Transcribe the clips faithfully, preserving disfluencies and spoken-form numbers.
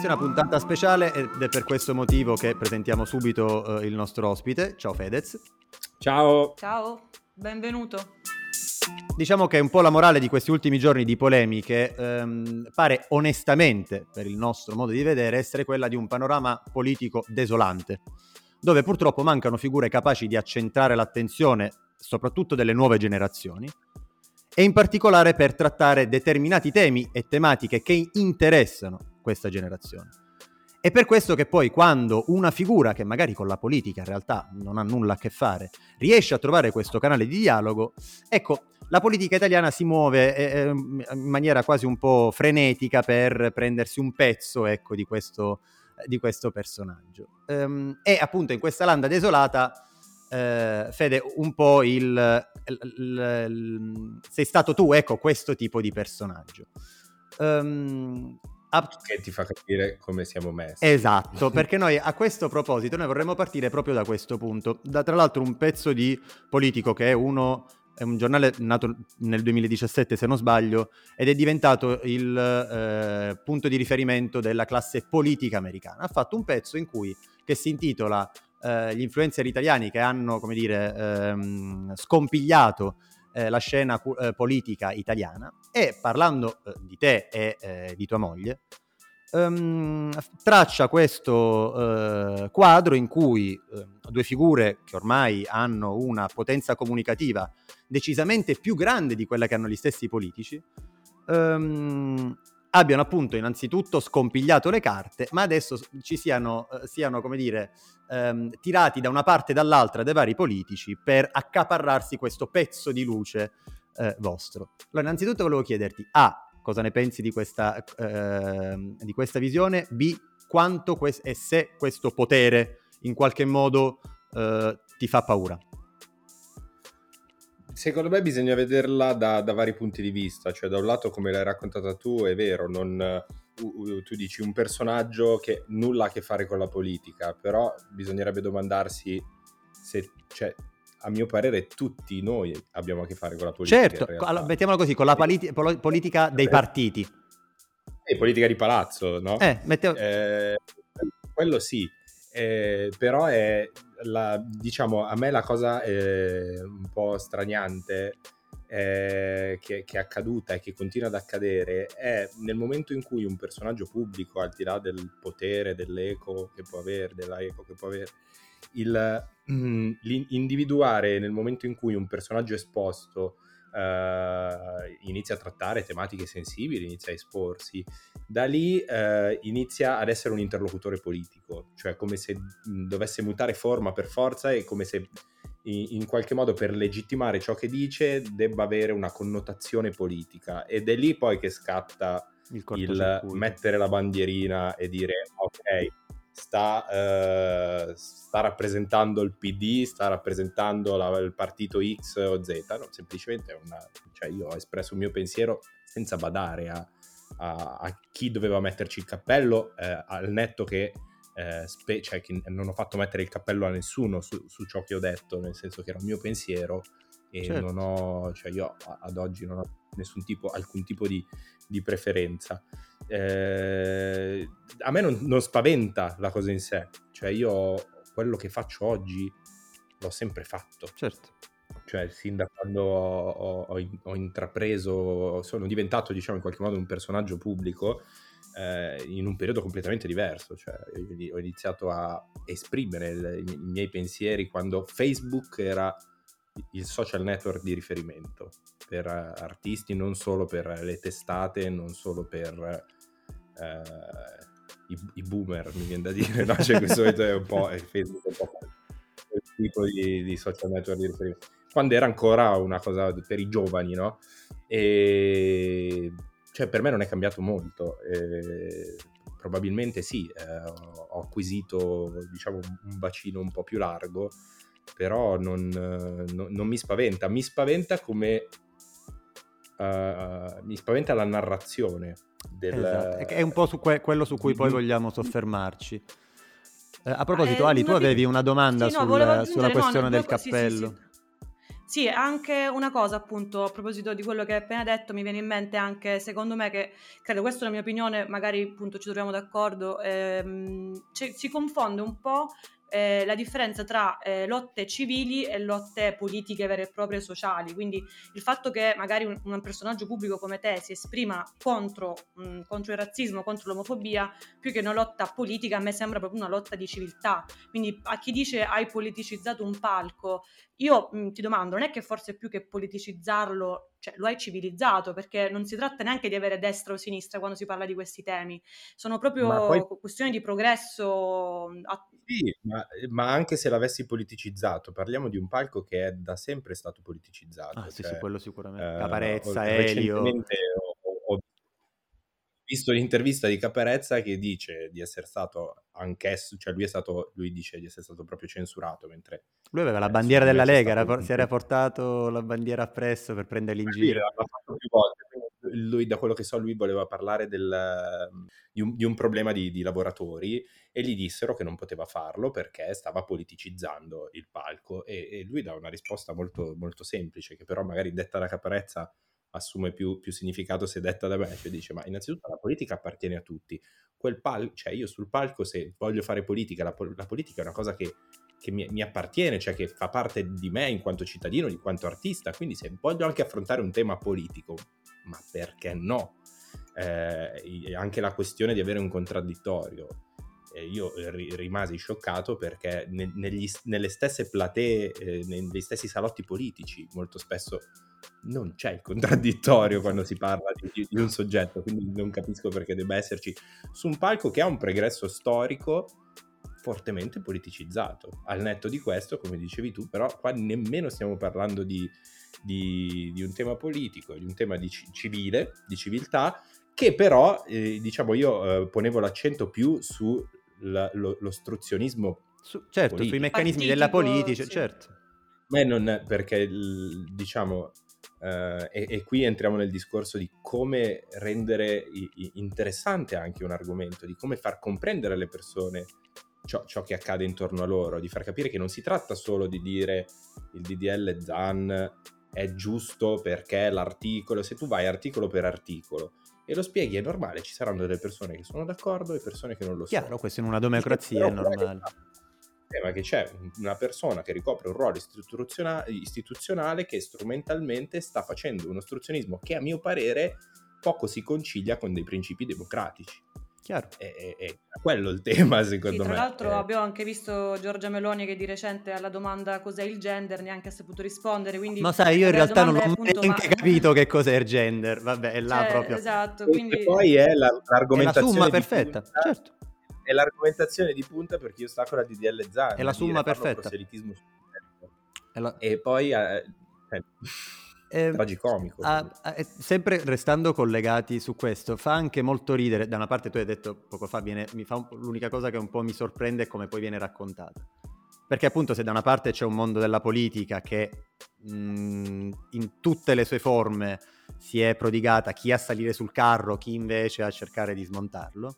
Questa è una puntata speciale ed è per questo motivo che presentiamo subito eh, il nostro ospite. Ciao Fedez. Ciao. Ciao, benvenuto. Diciamo che un po' la morale di questi ultimi giorni di polemiche ehm, pare onestamente, per il nostro modo di vedere, essere quella di un panorama politico desolante, dove purtroppo mancano figure capaci di accentrare l'attenzione soprattutto delle nuove generazioni e in particolare per trattare determinati temi e tematiche che interessano questa generazione. È per questo che poi quando una figura che magari con la politica in realtà non ha nulla a che fare riesce a trovare questo canale di dialogo, ecco, la politica italiana si muove eh, in maniera quasi un po' frenetica per prendersi un pezzo, ecco, di questo, di questo personaggio. Ehm, e appunto in questa landa desolata, eh, Fede, un po' il, il, il, il sei stato tu, ecco, questo tipo di personaggio. Um, Che ti fa capire come siamo messi. Esatto, perché noi a questo proposito noi vorremmo partire proprio da questo punto. Da, tra l'altro un pezzo di Politico che è uno è un giornale nato nel duemiladiciassette se non sbaglio ed è diventato il eh, punto di riferimento della classe politica americana. Ha fatto un pezzo in cui che si intitola eh, gli influencer italiani che hanno, come dire, ehm, scompigliato eh, la scena eh, politica italiana e parlando eh, di te e eh, di tua moglie Um, traccia questo uh, quadro in cui uh, due figure che ormai hanno una potenza comunicativa decisamente più grande di quella che hanno gli stessi politici um, abbiano appunto innanzitutto scompigliato le carte, ma adesso ci siano, uh, siano come dire um, tirati da una parte e dall'altra dai vari politici per accaparrarsi questo pezzo di luce uh, vostro. Allora innanzitutto volevo chiederti A, cosa ne pensi di questa, eh, di questa visione? B, quanto que- e se questo potere in qualche modo eh, ti fa paura? Secondo me bisogna vederla da, da vari punti di vista, cioè da un lato come l'hai raccontata tu è vero, non, uh, tu dici un personaggio che nulla a che fare con la politica, però bisognerebbe domandarsi se, cioè, a mio parere tutti noi abbiamo a che fare con la politica. Certo, allora, mettiamolo così, con la politi- pol- politica dei partiti. E politica di palazzo, no? Eh, mettiamo... eh, quello sì, eh, però è, la, diciamo, a me la cosa eh, un po' straniante eh, che, che è accaduta e che continua ad accadere è nel momento in cui un personaggio pubblico, al di là del potere, dell'eco che può avere, della eco che può avere, il mm, individuare nel momento in cui un personaggio esposto uh, inizia a trattare tematiche sensibili, inizia a esporsi, da lì uh, inizia ad essere un interlocutore politico, cioè come se mh, dovesse mutare forma per forza e come se in, in qualche modo per legittimare ciò che dice debba avere una connotazione politica, ed è lì poi che scatta il, il mettere la bandierina e dire ok, Sta, uh, sta rappresentando il P D, sta rappresentando la, il partito X o Z, no, semplicemente una, cioè io ho espresso il mio pensiero senza badare a, a, a chi doveva metterci il cappello, eh, al netto che, eh, spe- cioè che non ho fatto mettere il cappello a nessuno su, su ciò che ho detto, nel senso che era il mio pensiero e certo. non ho, cioè io ad oggi non ho nessun tipo, alcun tipo di, di preferenza. Eh, a me non, non spaventa la cosa in sé, cioè io quello che faccio oggi l'ho sempre fatto, certo, cioè sin da quando ho, ho, ho intrapreso, sono diventato diciamo in qualche modo un personaggio pubblico eh, in un periodo completamente diverso, cioè ho iniziato a esprimere le, i miei pensieri quando Facebook era il social network di riferimento per artisti, non solo per le testate, non solo per eh, i, i boomer, mi viene da dire, no? Cioè questo è un po' è Facebook, un po' quel tipo di, di social network di riferimento, quando era ancora una cosa per i giovani, no? E cioè per me non è cambiato molto, e probabilmente sì, eh, ho acquisito diciamo un bacino un po' più largo, però non, non, non mi spaventa, mi spaventa come uh, mi spaventa la narrazione del... Esatto. È un po' su que- quello su cui poi vogliamo soffermarci. Eh, a proposito, eh, Ali, tu avevi una domanda sì, no, sul, sulla questione no, del cappello. Sì, sì, sì. Sì, anche una cosa appunto a proposito di quello che hai appena detto, mi viene in mente anche secondo me che, credo questa è la mia opinione, magari appunto ci troviamo d'accordo, ehm, ci- si confonde un po' eh, la differenza tra eh, lotte civili e lotte politiche vere e proprie sociali, quindi il fatto che magari un, un personaggio pubblico come te si esprima contro, mh, contro il razzismo, contro l'omofobia, più che una lotta politica, a me sembra proprio una lotta di civiltà. Quindi a chi dice hai politicizzato un palco, io mh, ti domando, non è che forse più che politicizzarlo, cioè lo hai civilizzato, perché non si tratta neanche di avere destra o sinistra quando si parla di questi temi, sono Ma poi proprio questioni di progresso. mh, a- sì, ma, ma anche se l'avessi politicizzato, parliamo di un palco che è da sempre stato Ah, politicizzato. sì, sì, Cioè, quello sicuramente. eh, ho- Caparezza, Elio. recentemente ho, ho- ho visto l'intervista di Caparezza che dice di essere stato anch'esso, cioè lui è stato, lui dice di essere stato proprio censurato, mentre Lui aveva la eh, bandiera secondo me della c'è Lega, stato era un, por- un si era portato la bandiera appresso per prenderli in Lui giro. l'ha fatto più volte, quindi lui, da quello che so, lui voleva parlare del, di, un, di un problema di, di lavoratori e gli dissero che non poteva farlo perché stava politicizzando il palco e, e lui dà una risposta molto, molto semplice, che però magari detta da Caparezza assume più, più significato se detta da me, cioè dice ma innanzitutto la politica appartiene a tutti, quel pal- cioè io sul palco se voglio fare politica, la, la politica è una cosa che che mi, mi appartiene, cioè che fa parte di me in quanto cittadino, in quanto artista, quindi se voglio anche affrontare un tema politico, ma perché no? Eh, anche la questione di avere un contraddittorio. Eh, io ri- rimasi scioccato perché ne- negli, nelle stesse platee, eh, negli stessi salotti politici, molto spesso non c'è il contraddittorio quando si parla di, di un soggetto, quindi non capisco perché debba esserci su un palco che ha un pregresso storico fortemente politicizzato. Al netto di questo, come dicevi tu, però qua nemmeno stiamo parlando di, di, di un tema politico, di un tema di ci- civile, di civiltà, che però, eh, diciamo, io eh, ponevo l'accento più sull'ostruzionismo Su- certo, politico. sui meccanismi della Partitico, politica, sì. certo. Ma non perché, il- diciamo, eh, e, e qui entriamo nel discorso di come rendere i- i- interessante anche un argomento, di come far comprendere alle persone ciò, ciò che accade intorno a loro, di far capire che non si tratta solo di dire il D D L Zan è giusto perché l'articolo, se tu vai articolo per articolo e lo spieghi è normale, ci saranno delle persone che sono d'accordo e persone che non lo sono. Chiaro, questo in una democrazia è normale. Ma che c'è una persona che ricopre un ruolo istituzionale, istituzionale che strumentalmente sta facendo un ostruzionismo che a mio parere poco si concilia con dei principi democratici. Chiaro. È, è, è quello il tema, secondo Sì, tra me. l'altro È... abbiamo anche visto Giorgia Meloni che di recente alla domanda cos'è il gender neanche ha saputo rispondere, quindi Ma sai, io in vabbè, la realtà non domanda è ho appunto, neanche ma capito che cos'è il gender. Vabbè, è là cioè, proprio. esatto, E quindi poi è la, È la l'argomentazione summa di perfetta, punta, certo. è l'argomentazione di punta per chi ostacola D D L Zan. È la summa dire, fanno perfetta. proselitismo sul tempo. È la- E poi eh, cioè, Eh, tragicomico. ah, ah, eh, sempre restando collegati su questo, fa anche molto ridere. Da una parte tu hai detto poco fa, viene, mi fa un- l'unica cosa che un po' mi sorprende è come poi viene raccontata. Perché appunto se da una parte c'è un mondo della politica che mh, in tutte le sue forme si è prodigata chi a salire sul carro, chi invece a cercare di smontarlo,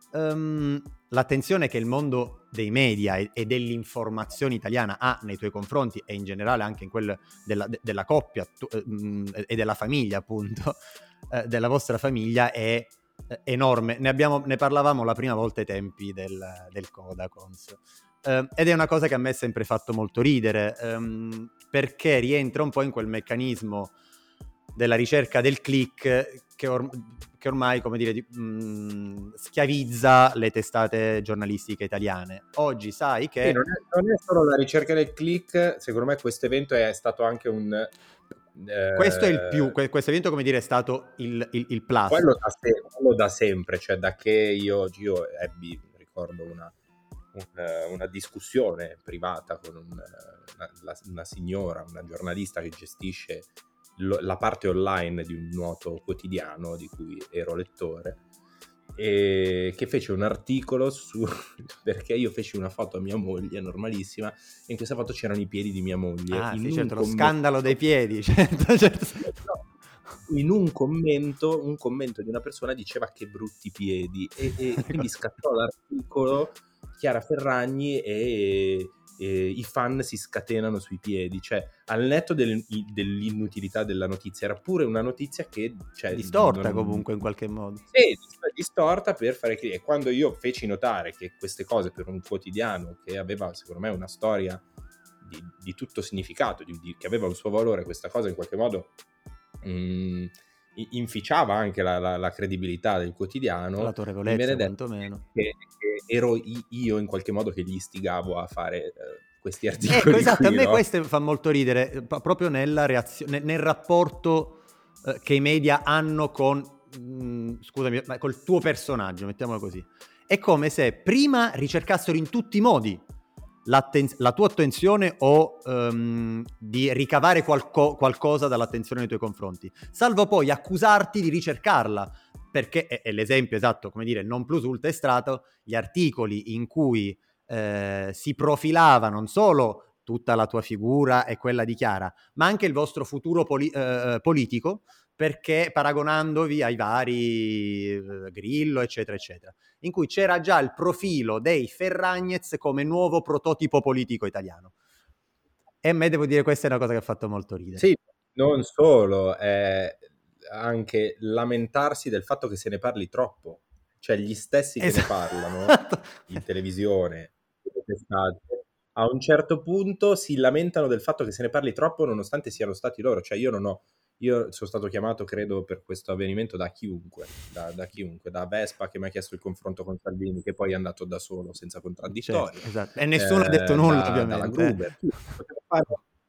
um, l'attenzione che il mondo dei media e, e dell'informazione italiana ha nei tuoi confronti e in generale anche in quella della, de, della coppia tu, eh, mh, e della famiglia appunto, eh, della vostra famiglia è eh, enorme. Ne, abbiamo, ne parlavamo la prima volta ai tempi del, del Codacons. Uh, ed è una cosa che a me ha sempre fatto molto ridere, um, perché rientra un po' in quel meccanismo della ricerca del click che, or- che ormai, come dire, di- mh, schiavizza le testate giornalistiche italiane. Oggi sai che... Sì, non, è, non è solo la ricerca del click, secondo me questo evento è stato anche un... Eh, questo è il più, questo evento, come dire, è stato il, il, il plus. Quello da, se- quello da sempre, cioè da che io, io ebbi, ricordo una... una discussione privata con un, una, una signora, una giornalista che gestisce lo, la parte online di un noto quotidiano di cui ero lettore, e che fece un articolo su perché io feci una foto a mia moglie normalissima e in questa foto c'erano i piedi di mia moglie. Ah, in sì, un certo, lo commento... scandalo dei piedi, certo, certo. In un commento, un commento di una persona diceva che brutti piedi e, e quindi scattò l'articolo Chiara Ferragni e e i fan si scatenano sui piedi, cioè al netto del, dell'inutilità della notizia, era pure una notizia che... Cioè, distorta non... comunque in qualche modo. Sì, distorta per fare click. E quando io feci notare che queste cose per un quotidiano che aveva secondo me una storia di, di tutto significato, di, di, che aveva un suo valore, questa cosa in qualche modo mh, inficiava anche la, la, la credibilità del quotidiano, l'autorevolezza quantomeno, che, che ero io in qualche modo che gli istigavo a fare eh, questi articoli. Ecco, esatto, qui, a me no? questo fa molto ridere, proprio nella reazione, nel rapporto eh, che i media hanno con, mh, scusami, ma col tuo personaggio, mettiamolo così. È come se prima ricercassero in tutti i modi la tua attenzione o um, di ricavare qualco- qualcosa dall'attenzione nei tuoi confronti, salvo poi accusarti di ricercarla, perché è, è l'esempio esatto, come dire, non plus ultra è stato gli articoli in cui eh, si profilava non solo tutta la tua figura e quella di Chiara, ma anche il vostro futuro poli- eh, politico, perché paragonandovi ai vari eh, Grillo, eccetera, eccetera, in cui c'era già il profilo dei Ferragnez come nuovo prototipo politico italiano. E a me, devo dire, questa è una cosa che ha fatto molto ridere. Sì, non solo, è anche lamentarsi del fatto che se ne parli troppo. Cioè gli stessi che esatto. ne parlano in televisione, a un certo punto si lamentano del fatto che se ne parli troppo nonostante siano stati loro. Cioè io non ho Io sono stato chiamato, credo, per questo avvenimento da chiunque, da, da chiunque, da Vespa che mi ha chiesto il confronto con Salvini, che poi è andato da solo, senza contraddittorio. Certo, esatto. E nessuno eh, ha detto nulla, da, ovviamente. Dalla Gruber. Potevo fare,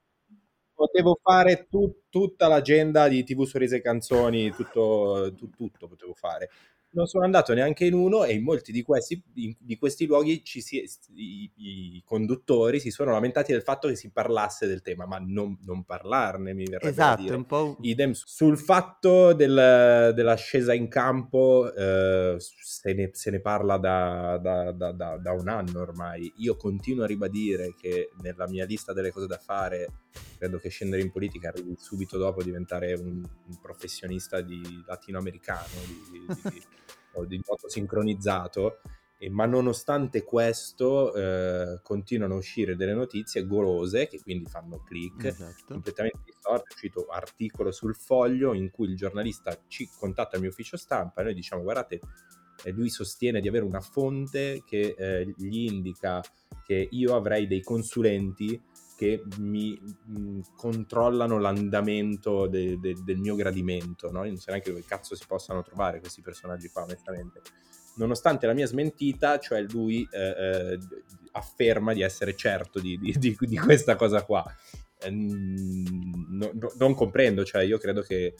potevo fare tu, tutta l'agenda di T V Sorrisi e Canzoni, tutto, tu, tutto potevo fare. Non sono andato neanche in uno e in molti di questi, di questi luoghi ci si, i, i conduttori si sono lamentati del fatto che si parlasse del tema, ma non, non parlarne, mi verrebbe esatto, da dire. Un po'... Idem sul fatto del, della scesa in campo, eh, se, ne, se ne parla da, da, da, da, da un anno ormai. Io continuo a ribadire che nella mia lista delle cose da fare credo che scendere in politica arrivi subito dopo diventare un, un professionista di latinoamericano, di, di, di, o di moto sincronizzato, e, ma nonostante questo eh, continuano a uscire delle notizie golose che quindi fanno click, esatto. completamente distorte. È uscito un articolo sul Foglio in cui il giornalista ci contatta il mio ufficio stampa e noi diciamo guardate, eh, lui sostiene di avere una fonte che eh, gli indica che io avrei dei consulenti che mi mh, controllano l'andamento de, de, del mio gradimento, no? Io non so neanche dove cazzo si possano trovare questi personaggi qua, onestamente. Nonostante la mia smentita, cioè lui eh, eh, afferma di essere certo di, di, di, di questa cosa qua. Eh, no, no, non comprendo, cioè io credo che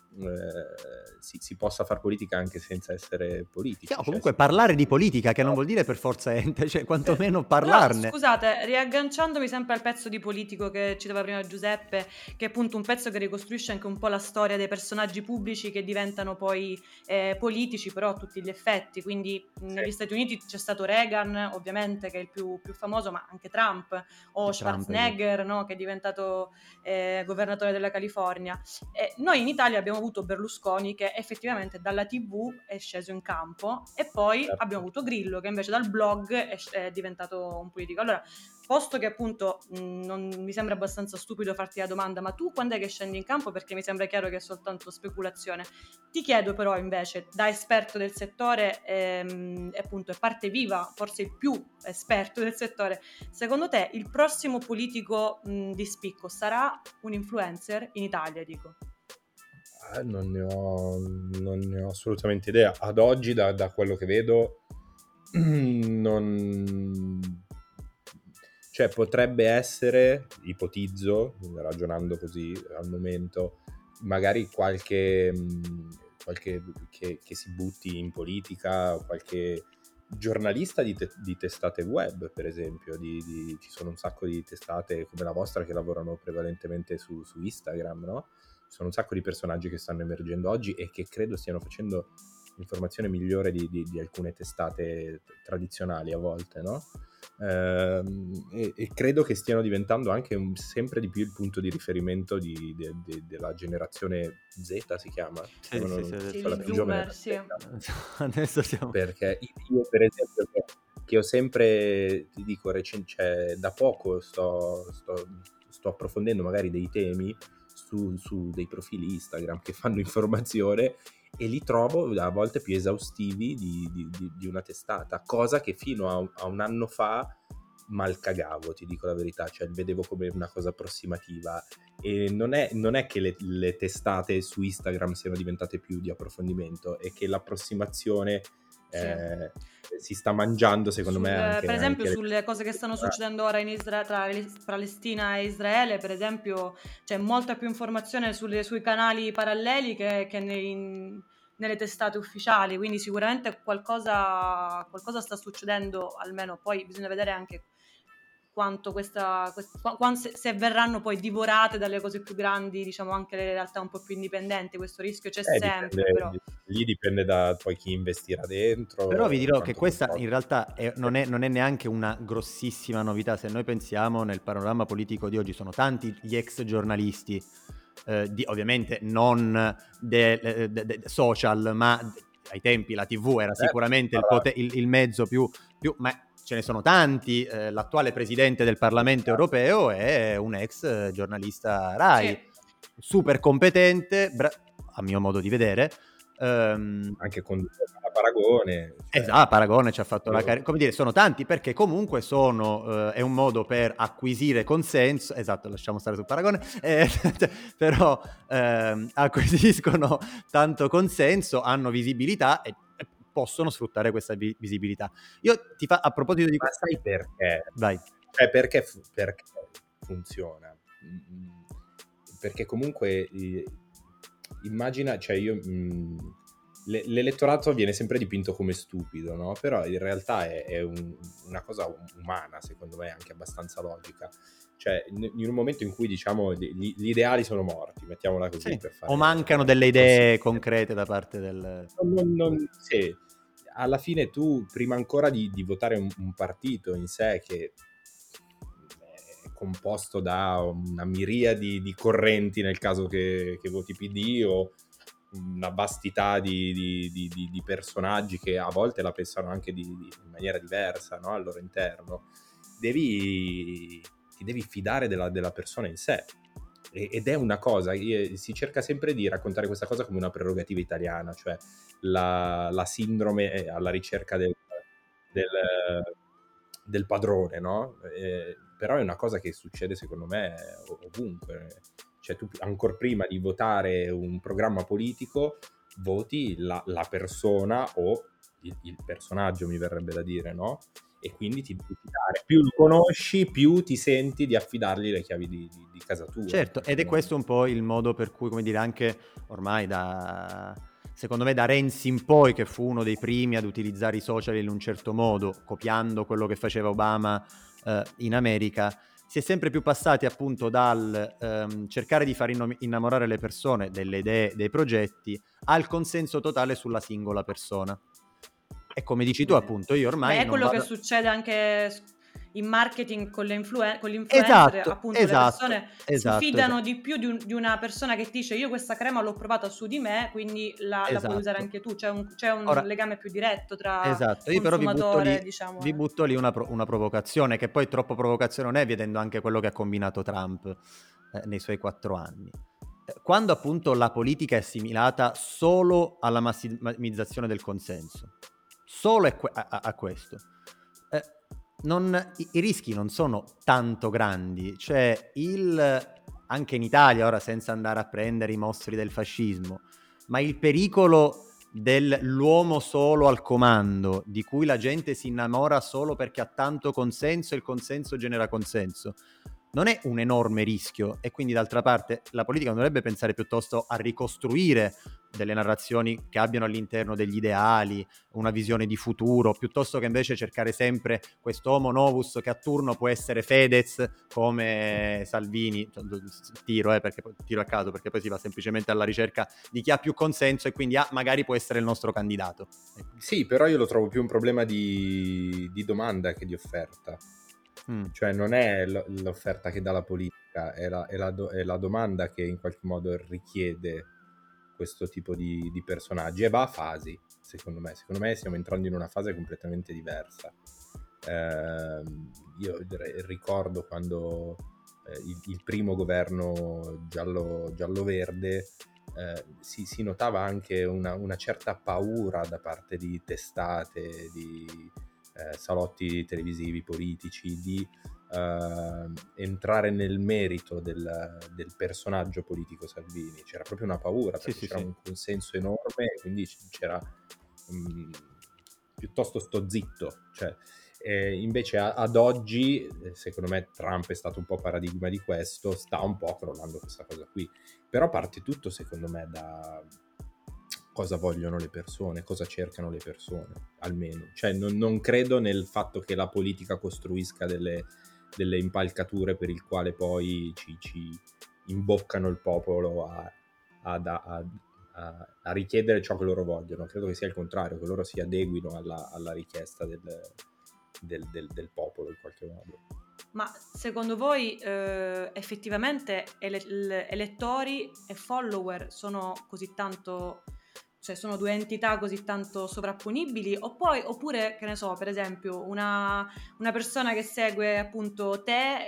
eh, si, si possa fare politica anche senza essere politici. Cioè, comunque cioè, parlare di politica, che no. non vuol dire per forza ente, cioè quantomeno parlarne. Però, scusate, riagganciandomi sempre al pezzo di politico che citava prima Giuseppe, che è appunto un pezzo che ricostruisce anche un po' la storia dei personaggi pubblici che diventano poi eh, politici, però a tutti gli effetti. Quindi sì. negli Stati Uniti c'è stato Reagan, ovviamente, che è il più, più famoso, ma anche Trump, o Schwarzenegger, Trump, no, che è diventato eh, governatore della California. E noi in Italia abbiamo avuto Berlusconi, che effettivamente dalla tivù è sceso in campo, e poi certo. abbiamo avuto Grillo, che invece dal blog è, è diventato un politico. Allora, posto che appunto mh, non mi sembra abbastanza stupido farti la domanda, ma tu quando è che scendi in campo? Perché mi sembra chiaro che è soltanto speculazione. Ti chiedo però invece, da esperto del settore, ehm, e appunto è parte viva, forse il più esperto del settore, secondo te il prossimo politico mh, di spicco sarà un influencer in Italia, dico? Eh, non, ne ho, non ne ho assolutamente idea. Ad oggi, da, da quello che vedo, non... Cioè, potrebbe essere, ipotizzo, ragionando così al momento, magari qualche, qualche che, che si butti in politica, qualche giornalista di, te, di testate web, per esempio. Di, di, ci sono un sacco di testate come la vostra che lavorano prevalentemente su, su Instagram, no? Ci sono un sacco di personaggi che stanno emergendo oggi e che credo stiano facendo informazione migliore di, di, di alcune testate tradizionali a volte, no? Ehm, e, e credo che stiano diventando anche un, sempre di più il punto di riferimento di, de, de, della generazione Z, si chiama? Sì, non, sì, non sì, so, la più giovane, sì. Adesso siamo... Perché io, per esempio, che ho sempre, ti dico, recen- cioè, da poco sto, sto, sto approfondendo magari dei temi su, su dei profili Instagram che fanno informazione, e li trovo a volte più esaustivi di, di, di, di una testata, cosa che fino a, a un anno fa mal cagavo, ti dico la verità, cioè vedevo come una cosa approssimativa. E non è, non è che le, le testate su Instagram siano diventate più di approfondimento, è che l'approssimazione Sì. eh, si sta mangiando, secondo Sul- me, anche, per esempio anche le- sulle cose che stanno succedendo ora in Isra- tra Is- Palestina e Israele, per esempio, c'è molta più informazione sulle- sui canali paralleli che, che nei- in- nelle testate ufficiali, quindi sicuramente qualcosa, qualcosa sta succedendo, almeno poi bisogna vedere anche quanto questa, quest- qua- quan- se, se verranno poi divorate dalle cose più grandi, diciamo anche le realtà un po' più indipendenti, questo rischio c'è eh, sempre, però. dipende, lì dipende da poi chi investirà dentro, Però vi dirò che quanto questa controllo. in realtà è- non, è, non è neanche una grossissima novità. Se noi pensiamo nel panorama politico di oggi, sono tanti gli ex giornalisti, eh, di, ovviamente non de- de- de- de- social, ma ai tempi la tivù era Eh, sicuramente il, parla- pote- il- il mezzo più, più... ma ce ne sono tanti. Eh, l'attuale presidente del Parlamento europeo è un ex eh, giornalista Rai, Sì. super competente, bra- a mio modo di vedere. Ehm, anche con la Paragone, cioè, Esatto, Paragone ci ha fatto la io- carriera, come dire, sono tanti perché comunque sono, eh, è un modo per acquisire consenso, esatto, lasciamo stare sul Paragone, eh, però ehm, acquisiscono tanto consenso, hanno visibilità e, e possono sfruttare questa vi- visibilità. Io ti fa, a proposito di... ma sai perché? Vai. Cioè, perché, fu- perché funziona? Mm, Perché comunque eh, immagina, cioè io mh, le- l'elettorato viene sempre dipinto come stupido, no? Però in realtà è, è un- una cosa umana, secondo me, anche abbastanza logica. Cioè, in, in un momento in cui, diciamo, gli, gli ideali sono morti, mettiamola così, Sì. per fare... O mancano delle idee concrete da parte del... Non- non- non- sì. Alla fine tu, prima ancora di, di votare un, un partito in sé che è composto da una miriade di correnti, nel caso che, che voti P D, o una vastità di, di- di- di- di personaggi che a volte la pensano anche di, di- in maniera diversa, no? Al loro interno, devi, ti devi fidare della, della persona in sé. E- ed è una cosa, io- si cerca sempre di raccontare questa cosa come una prerogativa italiana, cioè la, la sindrome alla ricerca del, del, del padrone, no? Eh, però è una cosa che succede secondo me ov- ovunque. Cioè tu ancora prima di votare un programma politico voti la, la persona o il, il personaggio, mi verrebbe da dire, no? E quindi ti devi fidare. Più lo conosci, più ti senti di affidargli le chiavi di, di- di casa tua. Certo, ed è No? questo un po' il modo per cui, come dire, anche ormai da, secondo me da Renzi in poi, che fu uno dei primi ad utilizzare i social in un certo modo, copiando quello che faceva Obama eh, in America, si è sempre più passati appunto dal ehm, cercare di far innom- innamorare le persone delle idee, dei progetti, al consenso totale sulla singola persona. E come dici tu appunto, io ormai Beh, è non quello vado... che succede anche s- in marketing con le influen- con gli influencer, Esatto, appunto esatto, le persone esatto, si fidano esatto. di più di, un- di una persona che ti dice io questa crema l'ho provata su di me, quindi la, la puoi usare Esatto. anche tu, c'è un, c'è un Ora- legame più diretto tra Esatto, io però vi butto consumatore, lì, diciamo. vi eh. butto lì una, pro- una provocazione, che poi troppo provocazione non è, vedendo anche quello che ha combinato Trump eh, nei suoi quattro anni. Eh, Quando appunto la politica è assimilata solo alla massimizzazione del consenso, solo a, que- a- a- a questo, eh, non- i, i rischi non sono tanto grandi, cioè il, anche in Italia, ora senza andare a prendere i mostri del fascismo, ma il pericolo dell'uomo solo al comando, di cui la gente si innamora solo perché ha tanto consenso e il consenso genera consenso, non è un enorme rischio. E quindi d'altra parte la politica non dovrebbe pensare piuttosto a ricostruire delle narrazioni che abbiano all'interno degli ideali, una visione di futuro, piuttosto che invece cercare sempre questo homo novus che a turno può essere Fedez come Salvini, tiro, eh, perché, tiro a caso, perché poi si va semplicemente alla ricerca di chi ha più consenso e quindi ah, magari può essere il nostro candidato. Sì, però io lo trovo più un problema di, di domanda che di offerta. Mm. Cioè non è l- l'offerta che dà la politica, è la, è la do- è la domanda che in qualche modo richiede questo tipo di, di personaggi, e va a fasi, secondo me. Secondo me stiamo entrando in una fase completamente diversa. Eh, io ricordo quando eh, il, il primo governo giallo, giallo-verde eh, si, si notava anche una, una certa paura da parte di testate, di eh, salotti televisivi, politici, di eh, entrare nel merito del, del personaggio politico Salvini. C'era proprio una paura, perché sì, c'era sì. un consenso enorme, e quindi c'era um, piuttosto sto zitto, cioè eh, invece a, ad oggi secondo me Trump è stato un po' paradigma di questo, sta un po' crollando questa cosa qui, però parte tutto secondo me da cosa vogliono le persone, cosa cercano le persone, almeno, cioè non, non credo nel fatto che la politica costruisca delle, delle impalcature per il quale poi ci, ci imboccano il popolo a, a, a, a, a richiedere ciò che loro vogliono. Credo che sia il contrario, che loro si adeguino alla, alla richiesta del, del, del, del popolo in qualche modo. Ma secondo voi eh, effettivamente ele- elettori e follower sono così tanto, cioè sono due entità così tanto sovrapponibili? O poi, oppure, che ne so, per esempio, una, una persona che segue appunto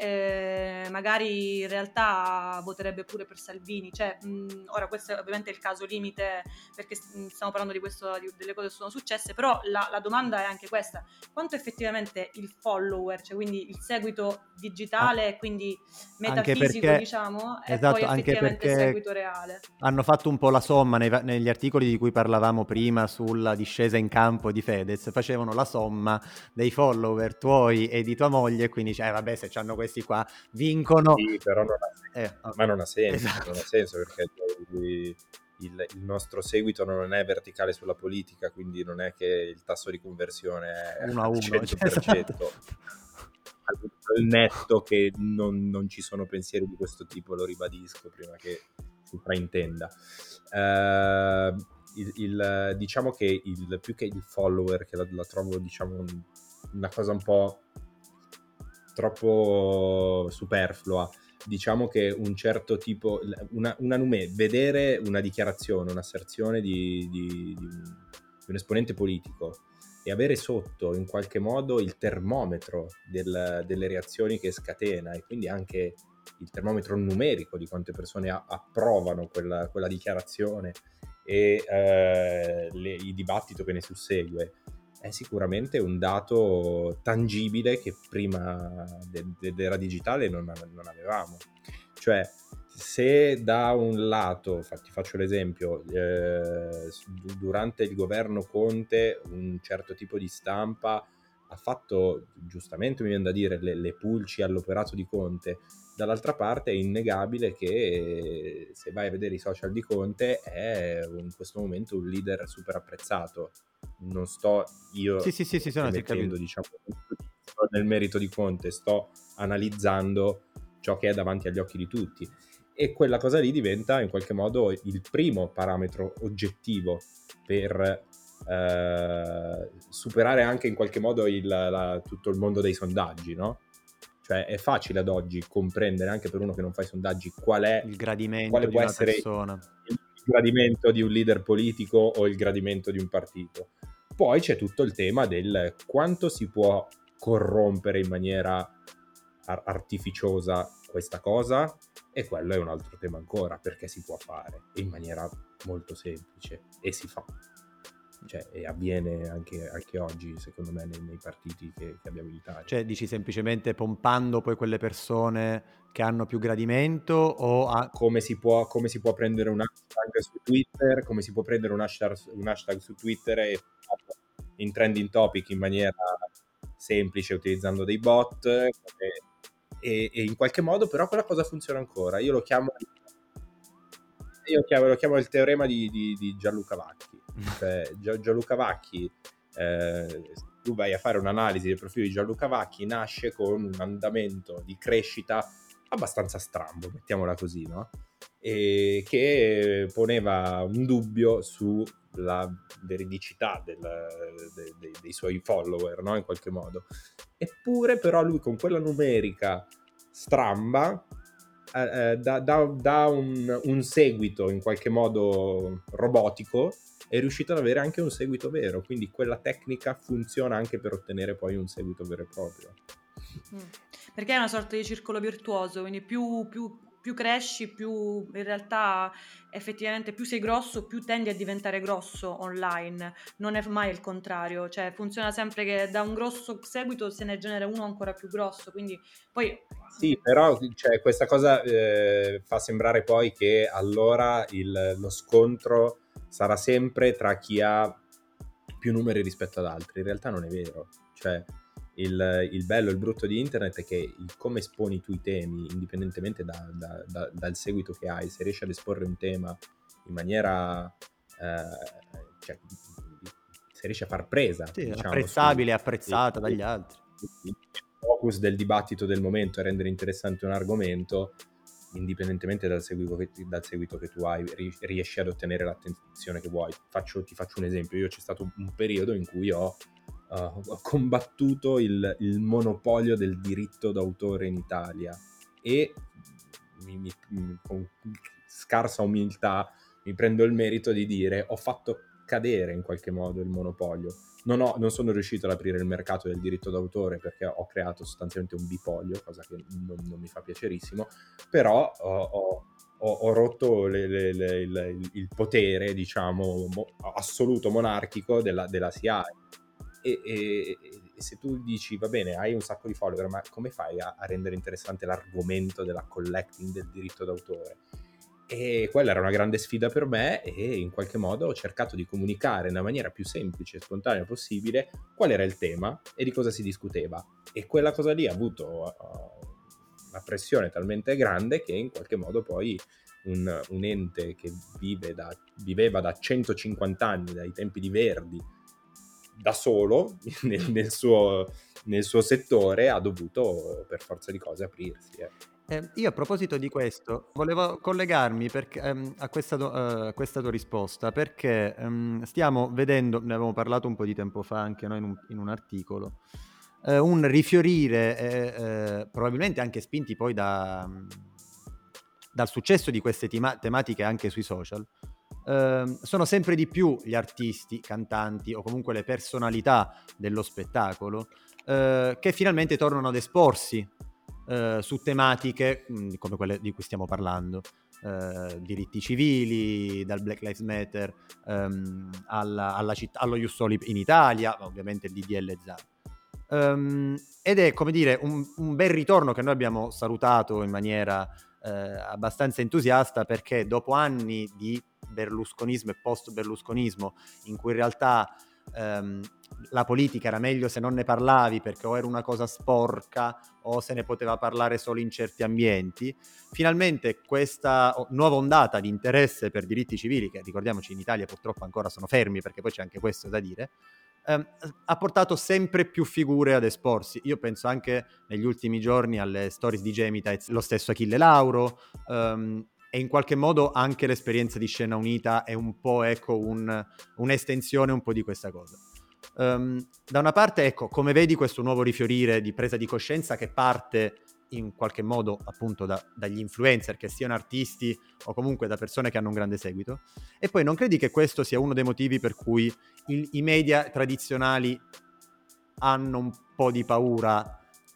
te, eh, magari in realtà voterebbe pure per Salvini? Cioè, mh, ora questo è ovviamente il caso limite, perché stiamo parlando di questo, di, delle cose che sono successe, però la, la domanda è anche questa: quanto effettivamente il follower, cioè quindi il seguito digitale, Ah, quindi anche metafisico, perché, diciamo, e esatto, poi anche effettivamente il perché seguito reale? hanno fatto un po' la somma nei va- negli articoli di cui parlavamo prima sulla discesa in campo di Fedez, facevano la somma dei follower tuoi e di tua moglie, quindi cioè, vabbè, se c'hanno questi qua vincono. Sì, però non ha Eh, senso, oh, ma non ha senso, esatto. non ha senso perché il, il, il nostro seguito non è verticale sulla politica, quindi non è che il tasso di conversione è Uno a al uno, cento cioè, per esatto. cento. Al netto che non, non ci sono pensieri di questo tipo, lo ribadisco prima che si fraintenda. Uh, il, il, diciamo che il, più che il follower, che la, la trovo diciamo un, una cosa un po' troppo superflua, diciamo che un certo tipo, una, una nume, vedere una dichiarazione, un'asserzione di, di, di, un, di un esponente politico e avere sotto in qualche modo il termometro del, delle reazioni che scatena, e quindi anche il termometro numerico di quante persone a, approvano quella, quella dichiarazione e eh, le, il dibattito che ne sussegue, è sicuramente un dato tangibile che prima de, de, dell'era digitale non, non avevamo. Cioè, se da un lato, ti faccio l'esempio, eh, durante il governo Conte un certo tipo di stampa ha fatto, giustamente mi viene da dire, le, le pulci all'operato di Conte, dall'altra parte è innegabile che se vai a vedere i social di Conte è in questo momento un leader super apprezzato. Non sto io Sì, sì, sì, sì, sono, mettendo diciamo nel merito di Conte, sto analizzando ciò che è davanti agli occhi di tutti, e quella cosa lì diventa in qualche modo il primo parametro oggettivo per eh, superare anche in qualche modo il, la, tutto il mondo dei sondaggi, no? Cioè è facile ad oggi comprendere, anche per uno che non fa i sondaggi, qual è il gradimento quale di può una essere persona, il gradimento di un leader politico o il gradimento di un partito. Poi c'è tutto il tema del quanto si può corrompere in maniera ar- artificiosa questa cosa, e quello è un altro tema ancora, perché si può fare in maniera molto semplice e si fa. Cioè, e avviene anche, anche oggi, secondo me, nei, nei partiti che, che abbiamo in Italia. Cioè, dici semplicemente pompando poi quelle persone che hanno più gradimento, o a... come si può, come si può prendere un hashtag su Twitter, come si può prendere un hashtag, un hashtag su Twitter e in trending topic in maniera semplice utilizzando dei bot, e, e, e in qualche modo però quella cosa funziona ancora. Io lo chiamo io chiamo, lo chiamo il teorema di, di, di Gianluca Vacchi. Cioè, Gianluca Vacchi, eh, tu vai a fare un'analisi del profilo di Gianluca Vacchi, nasce con un andamento di crescita abbastanza strambo, mettiamola così, no? E che poneva un dubbio sulla veridicità del, de, de, dei suoi follower, no? In qualche modo. Eppure però lui con quella numerica stramba eh, dà, dà, dà un, un seguito in qualche modo robotico, è riuscito ad avere anche un seguito vero, quindi quella tecnica funziona anche per ottenere poi un seguito vero e proprio. Mm. Perché è una sorta di circolo virtuoso, quindi più, più, più cresci, più in realtà effettivamente più sei grosso, più tendi a diventare grosso online, non è mai il contrario, cioè funziona sempre che da un grosso seguito se ne genera uno ancora più grosso, quindi poi... Sì, però cioè, questa cosa eh, fa sembrare poi che allora il, lo scontro sarà sempre tra chi ha più numeri rispetto ad altri. In realtà non è vero. Cioè, il, il bello e il brutto di internet è che il come esponi tu i temi, indipendentemente da, da, da, dal seguito che hai, se riesci ad esporre un tema in maniera... Eh, cioè, se riesci a far presa, sì, diciamo, apprezzabile e su, apprezzata e, dagli altri. Il focus del dibattito del momento è rendere interessante un argomento, indipendentemente dal seguito che, dal seguito che tu hai, riesci ad ottenere l'attenzione che vuoi. Faccio, ti faccio un esempio. Io c'è stato un periodo in cui ho, uh, ho combattuto il, il monopolio del diritto d'autore in Italia e mi, mi, mi, con scarsa umiltà mi prendo il merito di dire ho fatto cadere in qualche modo il monopolio. Non, ho, non sono riuscito ad aprire il mercato del diritto d'autore perché ho creato sostanzialmente un bipolio, cosa che non, non mi fa piacerissimo, però ho, ho, ho rotto le, le, le, il, il potere, diciamo, mo, assoluto monarchico della, della S I A E. E, e, e se tu dici, va bene, hai un sacco di follower, ma come fai a, a rendere interessante l'argomento della collecting del diritto d'autore? E quella era una grande sfida per me e in qualche modo ho cercato di comunicare nella maniera più semplice e spontanea possibile qual era il tema e di cosa si discuteva, e quella cosa lì ha avuto uh, una pressione talmente grande che in qualche modo poi un, un ente che vive da, viveva da centocinquanta anni, dai tempi di Verdi, da solo nel, nel, suo, nel suo settore, ha dovuto per forza di cose aprirsi. Eh. Eh, io a proposito di questo volevo collegarmi perché, ehm, a questa, do, uh, questa tua risposta, perché ehm, stiamo vedendo, ne avevamo parlato un po' di tempo fa anche noi in un, in un articolo, eh, un rifiorire, eh, eh, probabilmente anche spinti poi da, dal successo di queste tema- tematiche anche sui social. Uh, sono sempre di più gli artisti, cantanti o comunque le personalità dello spettacolo uh, che finalmente tornano ad esporsi uh, su tematiche mh, come quelle di cui stiamo parlando, uh, diritti civili, dal Black Lives Matter um, alla, alla città, allo Ius Soli in Italia, ovviamente il D D L Zan. Um, ed è, come dire, un, un bel ritorno che noi abbiamo salutato in maniera eh, abbastanza entusiasta, perché dopo anni di berlusconismo e post-berlusconismo in cui in realtà ehm, la politica era meglio se non ne parlavi perché o era una cosa sporca o se ne poteva parlare solo in certi ambienti, finalmente questa nuova ondata di interesse per diritti civili, che ricordiamoci in Italia purtroppo ancora sono fermi, perché poi c'è anche questo da dire, ehm, ha portato sempre più figure ad esporsi. Io penso anche negli ultimi giorni alle stories di Gemitites, lo stesso Achille Lauro, ehm, e in qualche modo anche l'esperienza di Scena Unita è un po', ecco, un, un'estensione un po' di questa cosa. Um, da una parte, ecco, come vedi questo nuovo rifiorire di presa di coscienza che parte in qualche modo appunto da, dagli influencer, che siano artisti o comunque da persone che hanno un grande seguito, e poi non credi che questo sia uno dei motivi per cui il, i media tradizionali hanno un po' di paura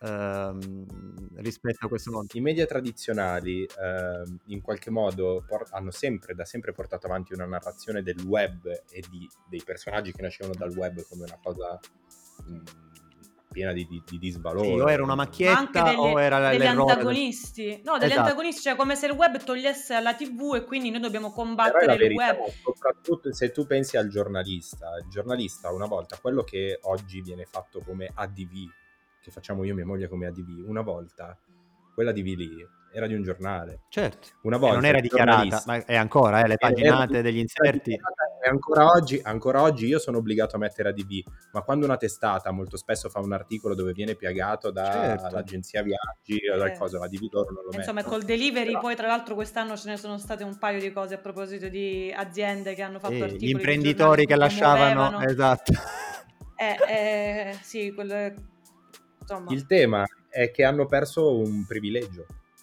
rispetto a questo mondo? I media tradizionali eh, in qualche modo por- hanno sempre da sempre portato avanti una narrazione del web e di, dei personaggi che nascevano dal web come una cosa mh, piena di, di, di disvalore. Sì, o era una macchietta, ma anche delle, o era degli l'errore antagonisti del... no, degli esatto. antagonisti, cioè come se il web togliesse alla tivù e quindi noi dobbiamo combattere Però è la il verità, web. soprattutto se tu pensi al giornalista. Il giornalista una volta, quello che oggi viene fatto come A D V, che facciamo io e mia moglie come A D V, una volta quella A D V lì era di un giornale. Certo. Una volta e non era dichiarata, ma è ancora, eh, le paginate era, degli inserti. E ancora oggi, ancora oggi io sono obbligato a mettere A D V, ma quando una testata molto spesso fa un articolo dove viene piagato dall'agenzia certo. viaggi o eh. dal coso, l'A D V loro non lo Insomma, mettono. col delivery Però... poi tra l'altro quest'anno ce ne sono state un paio di cose a proposito di aziende che hanno fatto sì, articoli, gli imprenditori che lasciavano, muovevano. Esatto. Eh, eh, sì, quelle... Insomma. Il tema è che hanno perso un privilegio.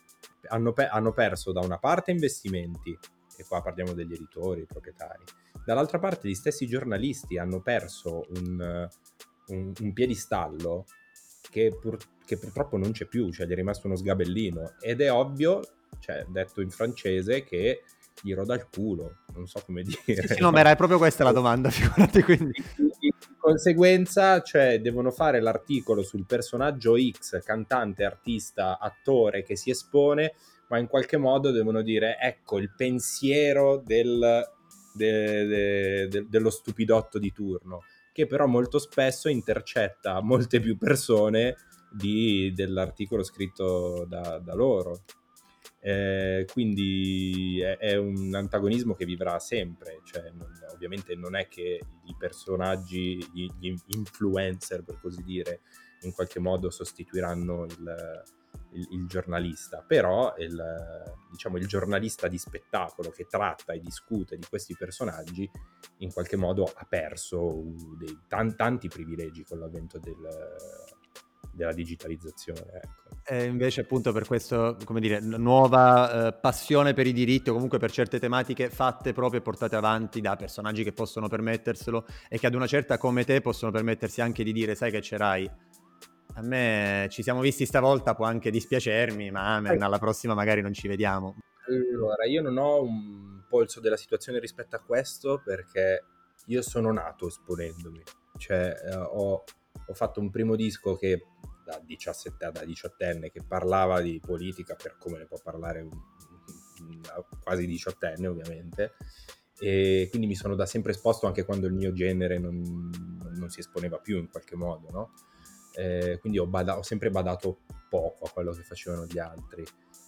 hanno, pe- hanno perso da una parte investimenti, e qua parliamo degli editori, proprietari, dall'altra parte gli stessi giornalisti hanno perso un, un, un piedistallo che, pur, che purtroppo non c'è più, cioè gli è rimasto uno sgabellino, ed è ovvio, cioè detto in francese, che gli roda il culo, non so come dire. Sì, sì, no, ma era proprio questa la domanda, figurati, quindi. Di conseguenza, cioè, devono fare l'articolo sul personaggio X, cantante, artista, attore che si espone, ma in qualche modo devono dire, ecco, il pensiero del, de, de, de, dello stupidotto di turno, che però molto spesso intercetta molte più persone di, dell'articolo scritto da, da loro. Eh, quindi è, è un antagonismo che vivrà sempre, cioè, non, ovviamente non è che i personaggi, gli, gli influencer per così dire, in qualche modo sostituiranno il, il, il giornalista, però il, diciamo, il giornalista di spettacolo che tratta e discute di questi personaggi in qualche modo ha perso dei, tan, tanti privilegi con l'avvento del, della digitalizzazione, ecco. E invece appunto per questo, come dire, nuova eh, passione per i diritti o comunque per certe tematiche fatte proprio e portate avanti da personaggi che possono permetterselo e che ad una certa come te possono permettersi anche di dire, sai che c'erai, a me ci siamo visti stavolta, può anche dispiacermi, ma amen, alla prossima magari non ci vediamo. Allora, io non ho un polso della situazione rispetto a questo, perché io sono nato esponendomi, cioè eh, ho, ho fatto un primo disco che da diciassette da diciottenne che parlava di politica per come ne può parlare un, un, un quasi diciottenne ovviamente, e quindi mi sono da sempre esposto anche quando il mio genere non, non si esponeva più in qualche modo, no? Eh, quindi ho, bada- ho sempre badato poco a quello che facevano gli altri.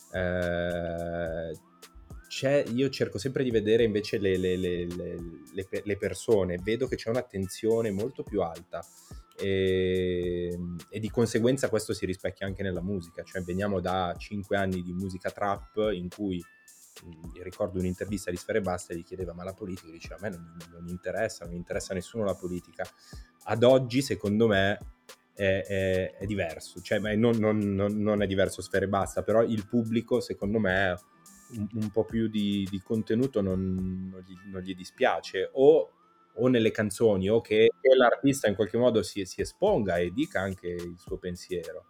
Eh, c'è, io cerco sempre di vedere invece le, le, le, le, le, le persone, vedo che c'è un'attenzione molto più alta e, e di conseguenza questo si rispecchia anche nella musica, cioè veniamo da cinque anni di musica trap in cui mh, ricordo un'intervista di Sfera Ebbasta e gli chiedeva ma la politica, e diceva a me non, non interessa, non interessa a nessuno la politica. Ad oggi secondo me È, è, è diverso, cioè non, non, non, non è diverso Sfera Ebbasta, però il pubblico secondo me un, un po' più di, di contenuto non, non, gli, non gli dispiace, o, o nelle canzoni, o che, che l'artista in qualche modo si, si esponga e dica anche il suo pensiero.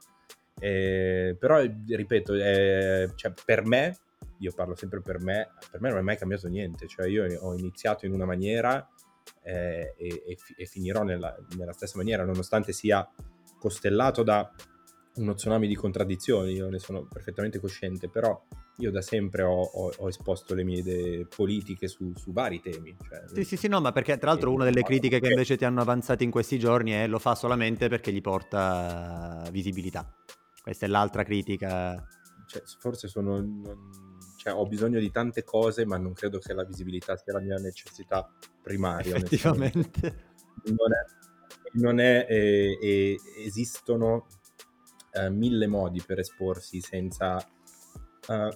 Eh, però ripeto, eh, cioè, per me, io parlo sempre per me, per me non è mai cambiato niente, cioè io ho iniziato in una maniera eh, e, e, e finirò nella, nella stessa maniera, nonostante sia costellato da uno tsunami di contraddizioni, io ne sono perfettamente cosciente, però io da sempre ho, ho, ho esposto le mie idee politiche su, su vari temi. Cioè, sì, sì, sì, no, ma perché tra l'altro una delle critiche che invece ti hanno avanzati in questi giorni è lo fa solamente perché gli porta visibilità. Questa è l'altra critica. Cioè, forse sono... Non, cioè, ho bisogno di tante cose, ma non credo che la visibilità sia la mia necessità primaria. Effettivamente. Non è... Non è eh, eh, esistono eh, mille modi per esporsi senza eh,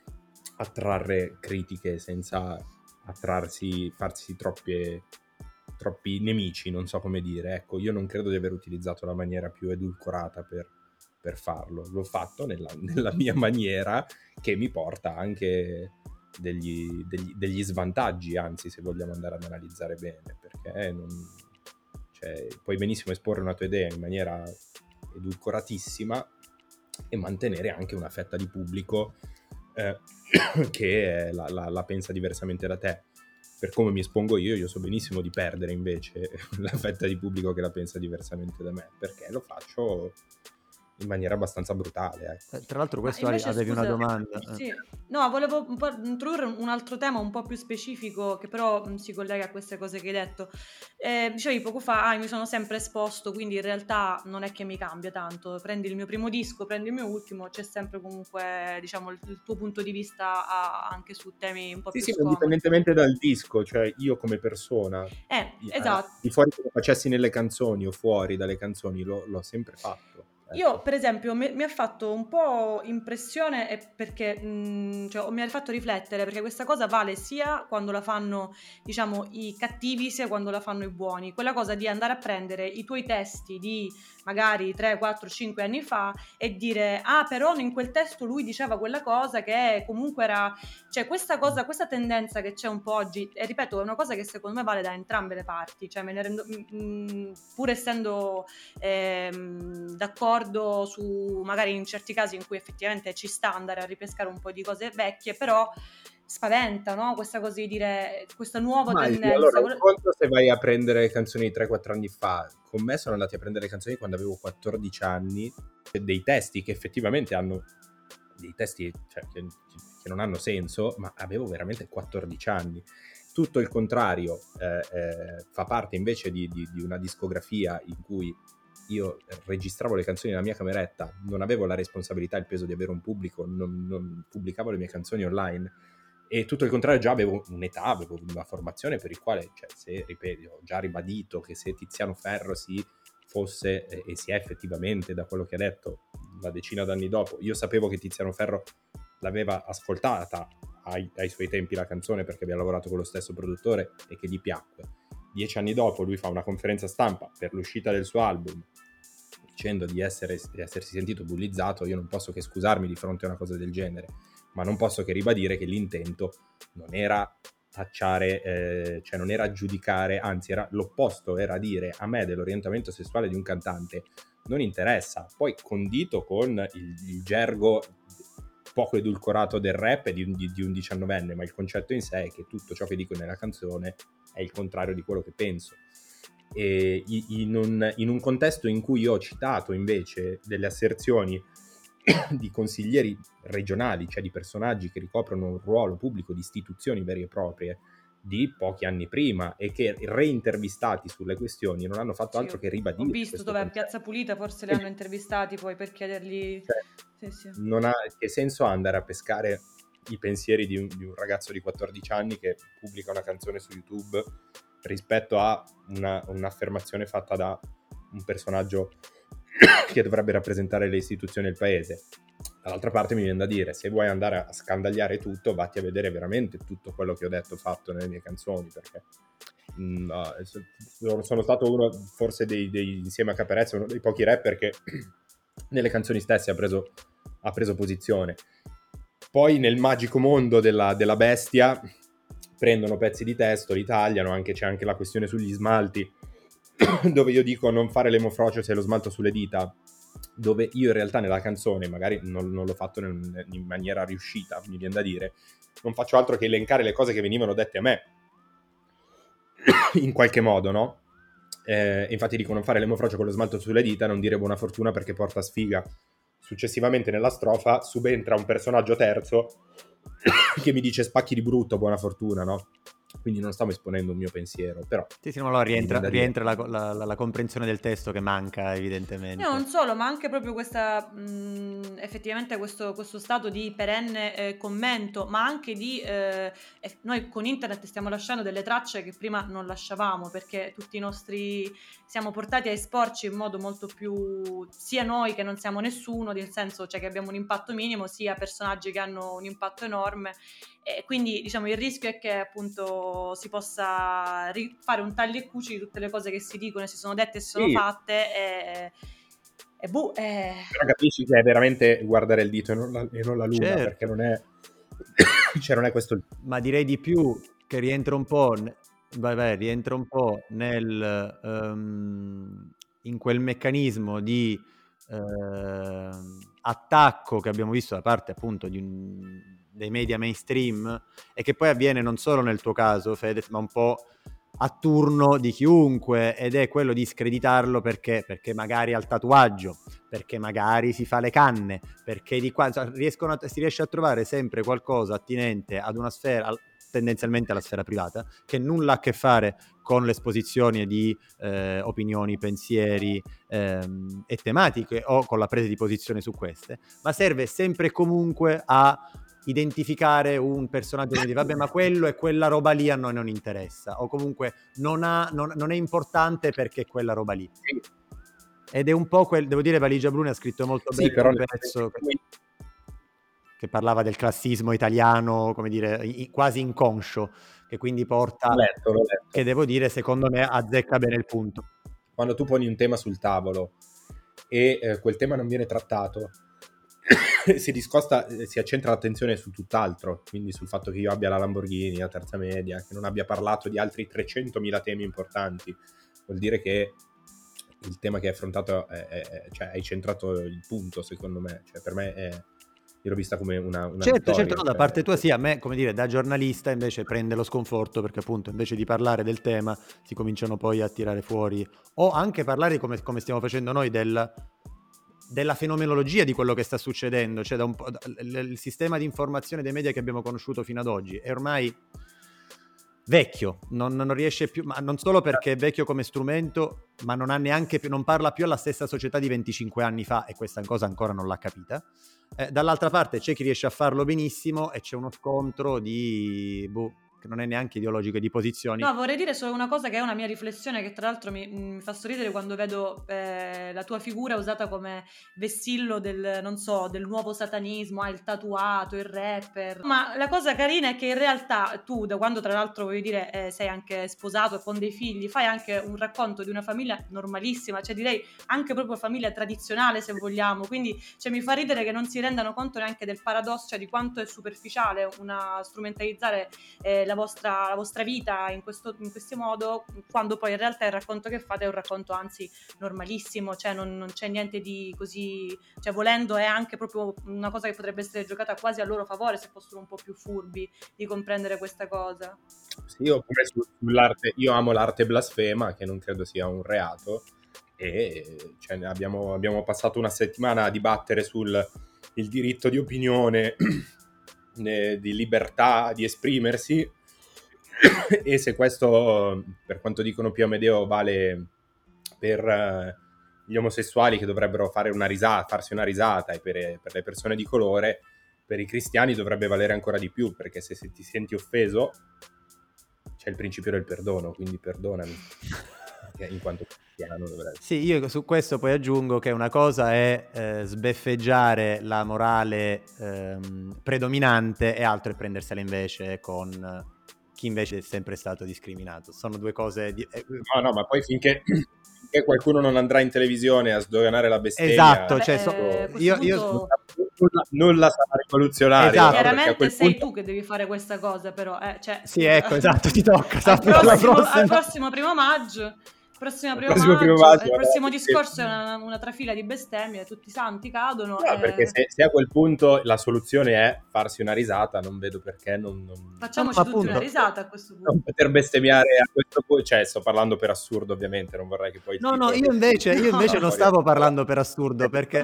attrarre critiche, senza attrarsi, farsi troppe, troppi nemici, non so come dire. Ecco, io non credo di aver utilizzato la maniera più edulcorata per, per farlo. L'ho fatto nella, nella mia maniera, che mi porta anche degli, degli, degli svantaggi, anzi, se vogliamo andare ad analizzare bene, perché non... Cioè, puoi benissimo esporre una tua idea in maniera edulcoratissima e mantenere anche una fetta di pubblico eh, che la, la, la pensa diversamente da te. Per come mi espongo io, io so benissimo di perdere invece la fetta di pubblico che la pensa diversamente da me, perché lo faccio in maniera abbastanza brutale. Ecco. Tra l'altro questo invece, avevi scusa, una domanda. Sì. No, volevo un po' introdurre un altro tema un po' più specifico che però mh, si collega a queste cose che hai detto. Eh, dicevi poco fa, ah, mi sono sempre esposto, quindi in realtà non è che mi cambia tanto. Prendi il mio primo disco, prendi il mio ultimo, c'è sempre comunque, diciamo, il, il tuo punto di vista a, anche su temi un po' sì, più sì, scomodi. indipendentemente dal disco, cioè io come persona, Eh, esatto. di fuori che lo facessi nelle canzoni o fuori dalle canzoni, lo, l'ho sempre fatto. Io, per esempio, mi, mi ha fatto un po' impressione e perché, mh, cioè, mi ha fatto riflettere, perché questa cosa vale sia quando la fanno, diciamo, i cattivi, sia quando la fanno i buoni. Quella cosa di andare a prendere i tuoi testi di magari tre, quattro, cinque anni fa e dire, ah, però in quel testo lui diceva quella cosa che comunque era... Cioè, questa cosa, questa tendenza che c'è un po' oggi, e ripeto, è una cosa che secondo me vale da entrambe le parti, cioè me ne rendo... Mh, pur essendo ehm, d'accordo su magari in certi casi in cui effettivamente ci sta andare a ripescare un po' di cose vecchie, però spaventa, no? Questa cosa di dire, questa nuova Ma tendenza. allora, un conto se vai a prendere canzoni di tre quattro anni fa, con me sono andati a prendere canzoni quando avevo quattordici anni, dei testi che effettivamente hanno dei testi cioè, che, che non hanno senso, ma avevo veramente quattordici anni. Tutto il contrario eh, eh, fa parte invece di, di, di una discografia in cui io registravo le canzoni nella mia cameretta, non avevo la responsabilità, il peso di avere un pubblico, non, non pubblicavo le mie canzoni online, e tutto il contrario, già avevo un'età, avevo una formazione per il quale, cioè, se, ripeto, ho già ribadito che se Tiziano Ferro si fosse, eh, e si è effettivamente, da quello che ha detto, una decina d'anni dopo, io sapevo che Tiziano Ferro l'aveva ascoltata ai, ai suoi tempi la canzone perché aveva lavorato con lo stesso produttore e che gli piacque. Dieci anni dopo lui fa una conferenza stampa per l'uscita del suo album dicendo di, essere, di essersi sentito bullizzato. Io non posso che scusarmi di fronte a una cosa del genere, ma non posso che ribadire che l'intento non era tacciare, eh, cioè non era giudicare, anzi era l'opposto, era dire a me dell'orientamento sessuale di un cantante non interessa, poi condito con il, il gergo poco edulcorato del rap di, di, di un diciannovenne, ma il concetto in sé è che tutto ciò che dico nella canzone è il contrario di quello che penso. E in un, in un contesto in cui io ho citato invece delle asserzioni di consiglieri regionali, cioè di personaggi che ricoprono un ruolo pubblico di istituzioni vere e proprie di pochi anni prima e che reintervistati sulle questioni non hanno fatto Sì, altro che ribadire. Ho visto dove a Piazza Pulita forse li hanno intervistati poi per chiedergli... Cioè, sì, sì. Non ha, che senso ha andare a pescare i pensieri di un, di un ragazzo di quattordici anni che pubblica una canzone su YouTube rispetto a una, un'affermazione fatta da un personaggio che dovrebbe rappresentare le istituzioni del paese? Dall'altra parte mi viene da dire, se vuoi andare a scandagliare tutto, vatti a vedere veramente tutto quello che ho detto fatto nelle mie canzoni, perché no, sono stato uno forse dei, dei insieme a Caparezza uno dei pochi rapper che nelle canzoni stesse ha preso, ha preso posizione. Poi nel magico mondo della, della bestia prendono pezzi di testo, li tagliano, anche, c'è anche la questione sugli smalti dove io dico non fare l'emofrocio se lo smalto sulle dita, dove io in realtà nella canzone, magari non, non l'ho fatto in, in maniera riuscita, mi viene da dire, non faccio altro che elencare le cose che venivano dette a me in qualche modo, no? Eh, infatti dico non fare l'emofrocio con lo smalto sulle dita, non dire buona fortuna perché porta sfiga. Successivamente nella strofa subentra un personaggio terzo che mi dice spacchi di brutto, buona fortuna, no? Quindi non stavo esponendo un mio pensiero, però... Sì, sì, no, allora rientra, rientra la, la, la, la comprensione del testo che manca evidentemente. No, non solo, ma anche proprio questa, mh, effettivamente questo, questo stato di perenne eh, commento, ma anche di... Eh, noi con internet stiamo lasciando delle tracce che prima non lasciavamo, perché tutti i nostri... siamo portati a esporci in modo molto più... sia noi che non siamo nessuno, nel senso cioè che abbiamo un impatto minimo, sia personaggi che hanno un impatto enorme. E quindi diciamo il rischio è che appunto si possa ri- fare un taglio e cuci di tutte le cose che si dicono e si sono dette e si sono sì. fatte e, e boh e... però capisci che è veramente guardare il dito e non la, e non la luna, certo. Perché non è cioè non è questo il... ma direi di più che rientra un po' ne... vai, vai, rientra un po' nel um, in quel meccanismo di uh, attacco che abbiamo visto da parte appunto di un dei media mainstream e che poi avviene non solo nel tuo caso Fedez ma un po' a turno di chiunque, ed è quello di screditarlo perché perché magari ha il tatuaggio, perché magari si fa le canne, perché di qua cioè, riescono a, si riesce a trovare sempre qualcosa attinente ad una sfera, tendenzialmente alla sfera privata, che nulla ha a che fare con l'esposizione di eh, opinioni, pensieri ehm, e tematiche o con la presa di posizione su queste, ma serve sempre e comunque a identificare un personaggio che dice vabbè ma quello e quella roba lì a noi non interessa, o comunque non, ha, non, non è importante perché quella roba lì. ed è un po' quel, devo dire, Valigia Bruni ha scritto molto Sì, bene però un nel pezzo senso in cui- che parlava del classismo italiano, come dire, i- quasi inconscio, che quindi porta, l'ho letto, l'ho letto. che devo dire, secondo me azzecca bene il punto. Quando tu poni un tema sul tavolo e eh, quel tema non viene trattato, si discosta, eh, si accentra l'attenzione su tutt'altro, quindi sul fatto che io abbia la Lamborghini, la terza media, che non abbia parlato di altri trecentomila temi importanti, vuol dire che il tema che hai affrontato, è, è, è, cioè hai centrato il punto, secondo me. Cioè, per me è, io l'ho vista come una, una certo, vittoria, certo, no, da cioè, parte tua sì, a me, come dire, da giornalista invece prende lo sconforto, perché appunto invece di parlare del tema si cominciano poi a tirare fuori, o anche parlare come, come stiamo facendo noi del, della fenomenologia di quello che sta succedendo, cioè da un po', da- il, il sistema di informazione dei media che abbiamo conosciuto fino ad oggi è ormai vecchio, non, non riesce più, ma non solo perché è vecchio come strumento, ma non ha neanche più, non parla più alla stessa società di venticinque anni fa, e questa cosa ancora non l'ha capita. Eh, dall'altra parte c'è chi riesce a farlo benissimo e c'è uno scontro di boh, che non è neanche ideologico, di posizioni. No, vorrei dire solo una cosa che è una mia riflessione, che tra l'altro mi, mi fa sorridere quando vedo eh, la tua figura usata come vessillo del, non so, del nuovo satanismo, ah, il tatuato, il rapper. Ma la cosa carina è che in realtà tu, da quando tra l'altro voglio dire eh, sei anche sposato e con dei figli, fai anche un racconto di una famiglia normalissima, cioè direi anche proprio famiglia tradizionale se vogliamo, quindi cioè, mi fa ridere che non si rendano conto neanche del paradosso, cioè di quanto è superficiale una strumentalizzare eh, la vostra, la vostra vita in questo, in questo modo, quando poi in realtà il racconto che fate è un racconto anzi normalissimo, cioè non, non c'è niente di così, cioè volendo è anche proprio una cosa che potrebbe essere giocata quasi a loro favore se fossero un po' più furbi di comprendere questa cosa. Sì, oppure su- sull'arte, io amo l'arte blasfema, che non credo sia un reato, e cioè, abbiamo, abbiamo passato una settimana a dibattere sul il diritto di opinione, eh, di libertà di esprimersi, e se questo, per quanto dicono Pio Amedeo, vale per eh, gli omosessuali che dovrebbero fare una risata, farsi una risata, e per, per le persone di colore, per i cristiani dovrebbe valere ancora di più, perché se, se ti senti offeso c'è il principio del perdono, quindi perdonami, in quanto cristiano dovrebbe. Sì, io su questo poi aggiungo che una cosa è eh, sbeffeggiare la morale ehm, predominante e altro è prendersela invece con chi invece è sempre stato discriminato. Sono due cose... Di... No, no, ma poi finché, finché qualcuno non andrà in televisione a sdoganare la bestemmia... Esatto, Vabbè, cioè, so- eh, a io, questo io- punto- nulla, nulla sarà rivoluzionario. Esatto. no? Perché a Chiaramente quel sei punto... tu che devi fare questa cosa, però eh, cioè, Sì, scusa. ecco, esatto, ti tocca. al, sappi, alla prossimo, prossima. al prossimo primo maggio, prossimo Al primo prossimo maggio, primo maggio, il prossimo eh, discorso sì. è una, una trafila di bestemmie, tutti i santi cadono. No, e... perché se, se a quel punto la soluzione è farsi una risata, non vedo perché non... non... Facciamoci Ma tutti appunto- una risata a questo punto. non poter bestemmiare a questo punto, cioè sto parlando per assurdo ovviamente, non vorrei che poi... No, il no, titolo io invece, io No. invece non stavo parlando per assurdo, perché...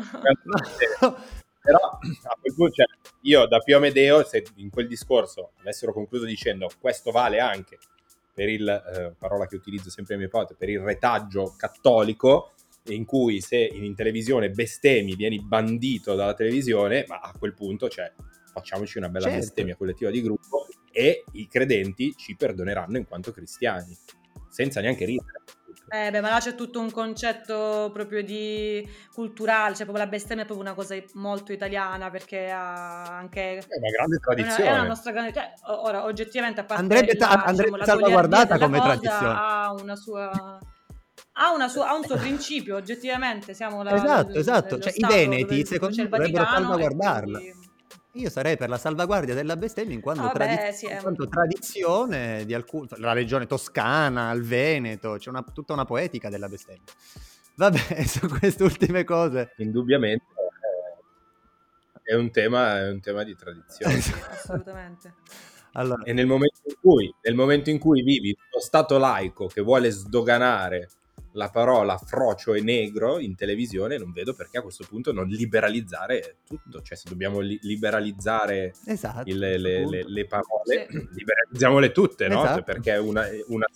Però a quel punto, cioè, io da Pio Amedeo, se in quel discorso avessero concluso dicendo questo vale anche per il, eh, parola che utilizzo sempre nei miei podcast, per il retaggio cattolico, in cui se in televisione bestemmi vieni bandito dalla televisione, ma a quel punto, cioè, facciamoci una bella Certo. bestemmia collettiva di gruppo e i credenti ci perdoneranno in quanto cristiani, senza neanche ridere. Eh beh, ma là c'è tutto un concetto proprio di culturale, cioè proprio la bestemmia è proprio una cosa molto italiana, perché ha anche... È una grande È una, tradizione. è una nostra grande... Cioè, ora, oggettivamente, a parte Andrebbe ta- la, andrebbe diciamo, la salvaguardata goliardia della come cosa, tradizione. ha una sua... Ha, una sua, ha un suo principio, oggettivamente, siamo la, Esatto, l- esatto. nello Cioè, i Stato veneti, dove, dove secondo c'è me, il dovrebbero Vaticano e salvaguardarla. quindi... Io sarei per la salvaguardia della bestemmia in quanto, No, vabbè, tradi- sì, è in quanto un- tradizione di alcune, la regione toscana, il Veneto, c'è una, tutta una poetica della bestemmia. Vabbè, su queste ultime cose. Indubbiamente eh, è un tema, è un tema di tradizione. assolutamente. Allora, E nel momento in cui, nel momento in cui vivi in uno stato laico che vuole sdoganare la parola frocio e negro in televisione, non vedo perché a questo punto non liberalizzare tutto. Cioè, se dobbiamo li- liberalizzare esatto. il- le, a questo le- punto. le- le parole, Sì. liberalizziamole tutte, no? Esatto. Perché una, una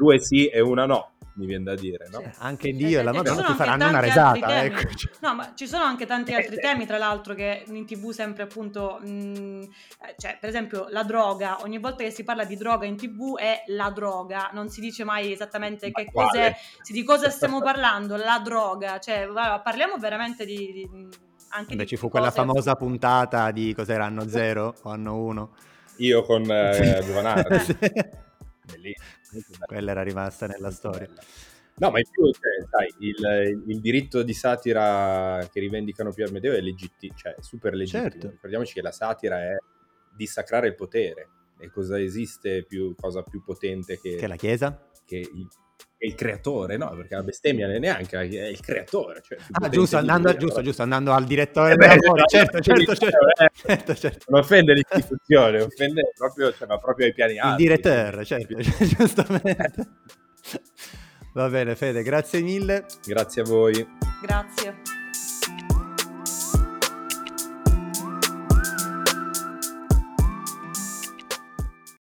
due sì e una no, mi viene da dire, no? Sì. Anche Dio e la Madonna ti faranno una resata, ecco. No, ma ci sono anche tanti altri temi, tra l'altro, che in tv sempre appunto, mh, cioè per esempio la droga, ogni volta che si parla di droga in tv è la droga, non si dice mai esattamente ma che quale? Cos'è, di cosa stiamo parlando, la droga, cioè parliamo veramente di... di anche Beh, di ci fu cose... quella famosa puntata di cos'era, anno zero o anno uno? Io con eh, Giovanardi. Sì. Quella era rimasta nella storia. No, ma in più, cioè, sai, il, il diritto di satira che rivendicano Pier Medeo è legittimo, cioè è super legittimo. Certo. Ricordiamoci che la satira è dissacrare il potere. E cosa esiste più, cosa più potente che... Che la Chiesa? Che il, che il creatore, no? Perché la bestemmia non è neanche, è il creatore. Cioè, ah, giusto, andando, lui, giusto, però... giusto, andando al direttore eh beh, della no, certo, certo, certo, eh, certo, certo. Non offende l'istituzione, offende proprio, cioè, ma proprio ai piani alti. Il direttore, certo, giustamente. Va bene, Fede, grazie mille. Grazie a voi. Grazie.